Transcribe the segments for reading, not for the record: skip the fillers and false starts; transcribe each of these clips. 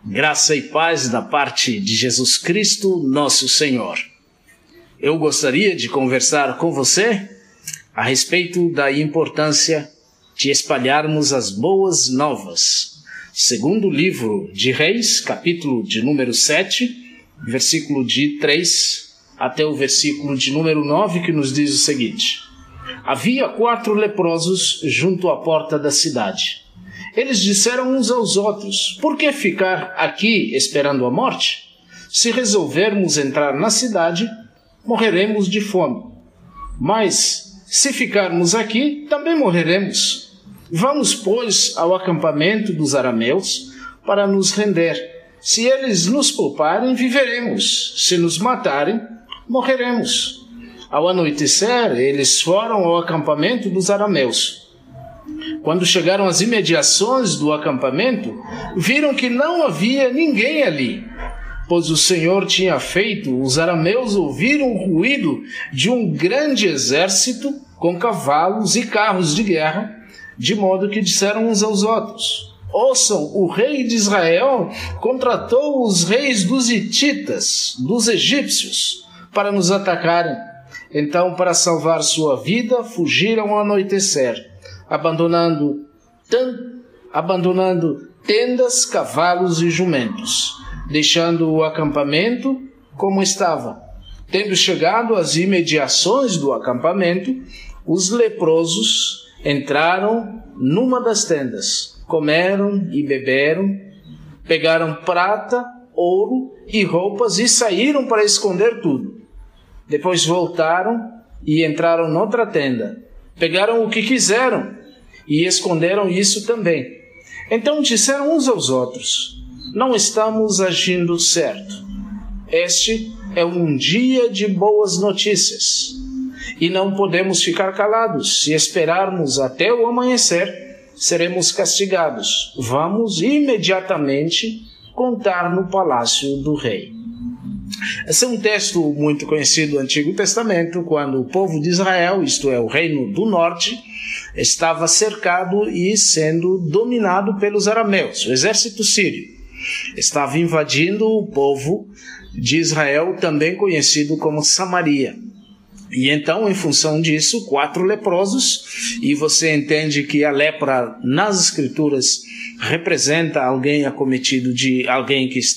Graça e paz da parte de Jesus Cristo, nosso Senhor. Eu gostaria de conversar com você a respeito da importância de espalharmos as boas novas. Segundo o livro de Reis, capítulo de número 7, versículo de 3 até o versículo de número 9, que nos diz o seguinte: Havia 4 leprosos junto à porta da cidade. Eles disseram uns aos outros: Por que ficar aqui esperando a morte? Se resolvermos entrar na cidade, morreremos de fome. Mas, se ficarmos aqui, também morreremos. Vamos, pois, ao acampamento dos arameus para nos render. Se eles nos pouparem, viveremos. Se nos matarem, morreremos. Ao anoitecer, eles foram ao acampamento dos arameus. Quando chegaram às imediações do acampamento, viram que não havia ninguém ali, pois o Senhor tinha feito os arameus ouvirem o ruído de um grande exército com cavalos e carros de guerra, de modo que disseram uns aos outros: Ouçam, o rei de Israel contratou os reis dos hititas, dos egípcios, para nos atacarem. Então, para salvar sua vida, fugiram ao anoitecer, abandonando tendas, cavalos e jumentos, deixando o acampamento como estava. Tendo chegado às imediações do acampamento, os leprosos entraram numa das tendas, comeram e beberam, pegaram prata, ouro e roupas e saíram para esconder tudo. Depois voltaram e entraram noutra tenda, pegaram o que quiseram e esconderam isso também. Então disseram uns aos outros: Não estamos agindo certo. Este é um dia de boas notícias e não podemos ficar calados. Se esperarmos até o amanhecer, seremos castigados. Vamos imediatamente contar no palácio do rei. Esse é um texto muito conhecido do Antigo Testamento, quando o povo de Israel, isto é, o reino do norte, estava cercado e sendo dominado pelos arameus. O exército sírio estava invadindo o povo de Israel, também conhecido como Samaria. E então, em função disso, 4 leprosos, e você entende que a lepra nas Escrituras representa alguém acometido de alguém que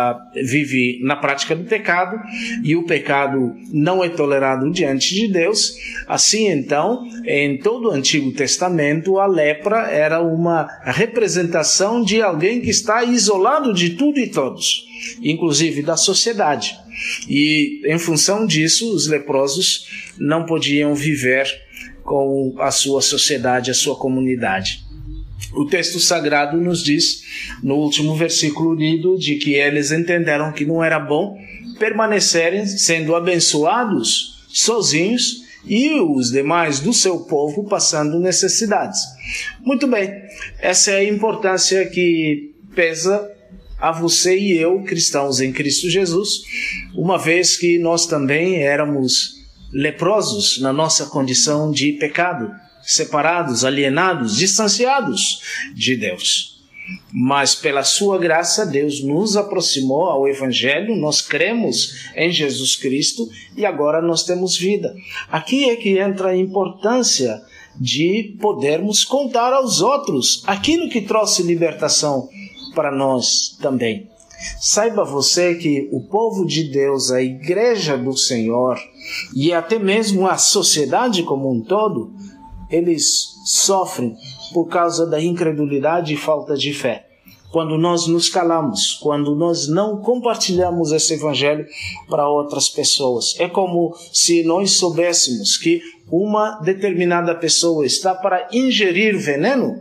vive na prática do pecado, e o pecado não é tolerado diante de Deus. Assim, então, em todo o Antigo Testamento, a lepra era uma representação de alguém que está isolado de tudo e todos, inclusive da sociedade. E, em função disso, os leprosos não podiam viver com a sua sociedade, a sua comunidade. O texto sagrado nos diz, no último versículo lido, de que eles entenderam que não era bom permanecerem sendo abençoados sozinhos e os demais do seu povo passando necessidades. Muito bem, essa é a importância que pesa a você e eu, cristãos em Cristo Jesus, uma vez que nós também éramos leprosos na nossa condição de pecado, separados, alienados, distanciados de Deus. Mas pela sua graça, Deus nos aproximou ao Evangelho, nós cremos em Jesus Cristo e agora nós temos vida. Aqui é que entra a importância de podermos contar aos outros aquilo que trouxe libertação para nós também. Saiba você que o povo de Deus, a igreja do Senhor e até mesmo a sociedade como um todo, eles sofrem por causa da incredulidade e falta de fé. Quando nós nos calamos, quando nós não compartilhamos esse evangelho para outras pessoas, é como se nós soubéssemos que uma determinada pessoa está para ingerir veneno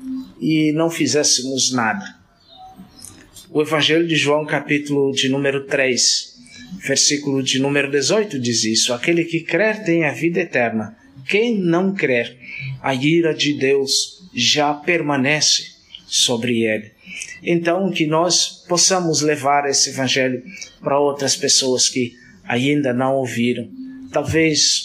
e não fizéssemos nada. O Evangelho de João, capítulo de número 3, versículo de número 18 diz isso: Aquele que crer tem a vida eterna. Quem não crer, a ira de Deus já permanece sobre ele. Então, que nós possamos levar esse Evangelho para outras pessoas que ainda não ouviram. Talvez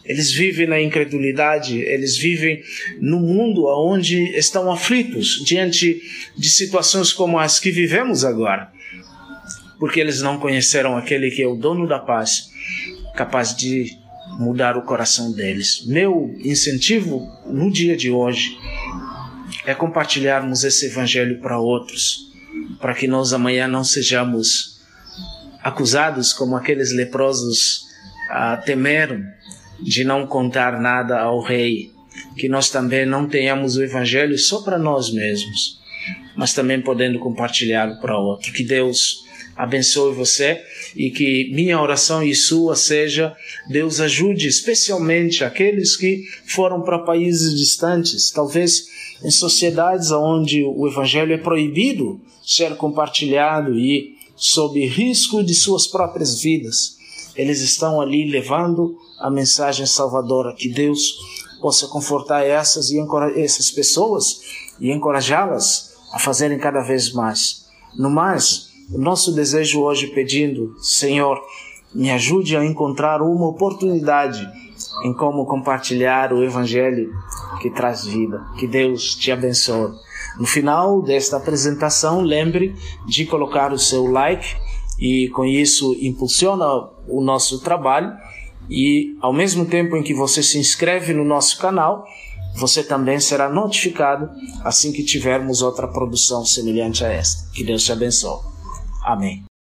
Eles vivem na incredulidade, eles vivem no mundo onde estão aflitos diante de situações como as que vivemos agora, porque eles não conheceram aquele que é o dono da paz, capaz de mudar o coração deles. Meu incentivo no dia de hoje é compartilharmos esse evangelho para outros, para que nós amanhã não sejamos acusados como aqueles leprosos temeram de não contar nada ao rei, que nós também não tenhamos o evangelho só para nós mesmos, mas também podendo compartilhá-lo para outro. Que Deus abençoe você e que minha oração e sua seja: Deus ajude especialmente aqueles que foram para países distantes, talvez em sociedades onde o evangelho é proibido ser compartilhado e sob risco de suas próprias vidas. Eles estão ali levando a mensagem salvadora. Que Deus possa confortar essas pessoas e encorajá-las a fazerem cada vez mais. No mais, o nosso desejo hoje pedindo: Senhor, me ajude a encontrar uma oportunidade em como compartilhar o evangelho que traz vida. Que Deus te abençoe. No final desta apresentação, lembre de colocar o seu like e com isso impulsiona o nosso trabalho, e ao mesmo tempo em que você se inscreve no nosso canal, você também será notificado assim que tivermos outra produção semelhante a esta. Que Deus te abençoe. Amém.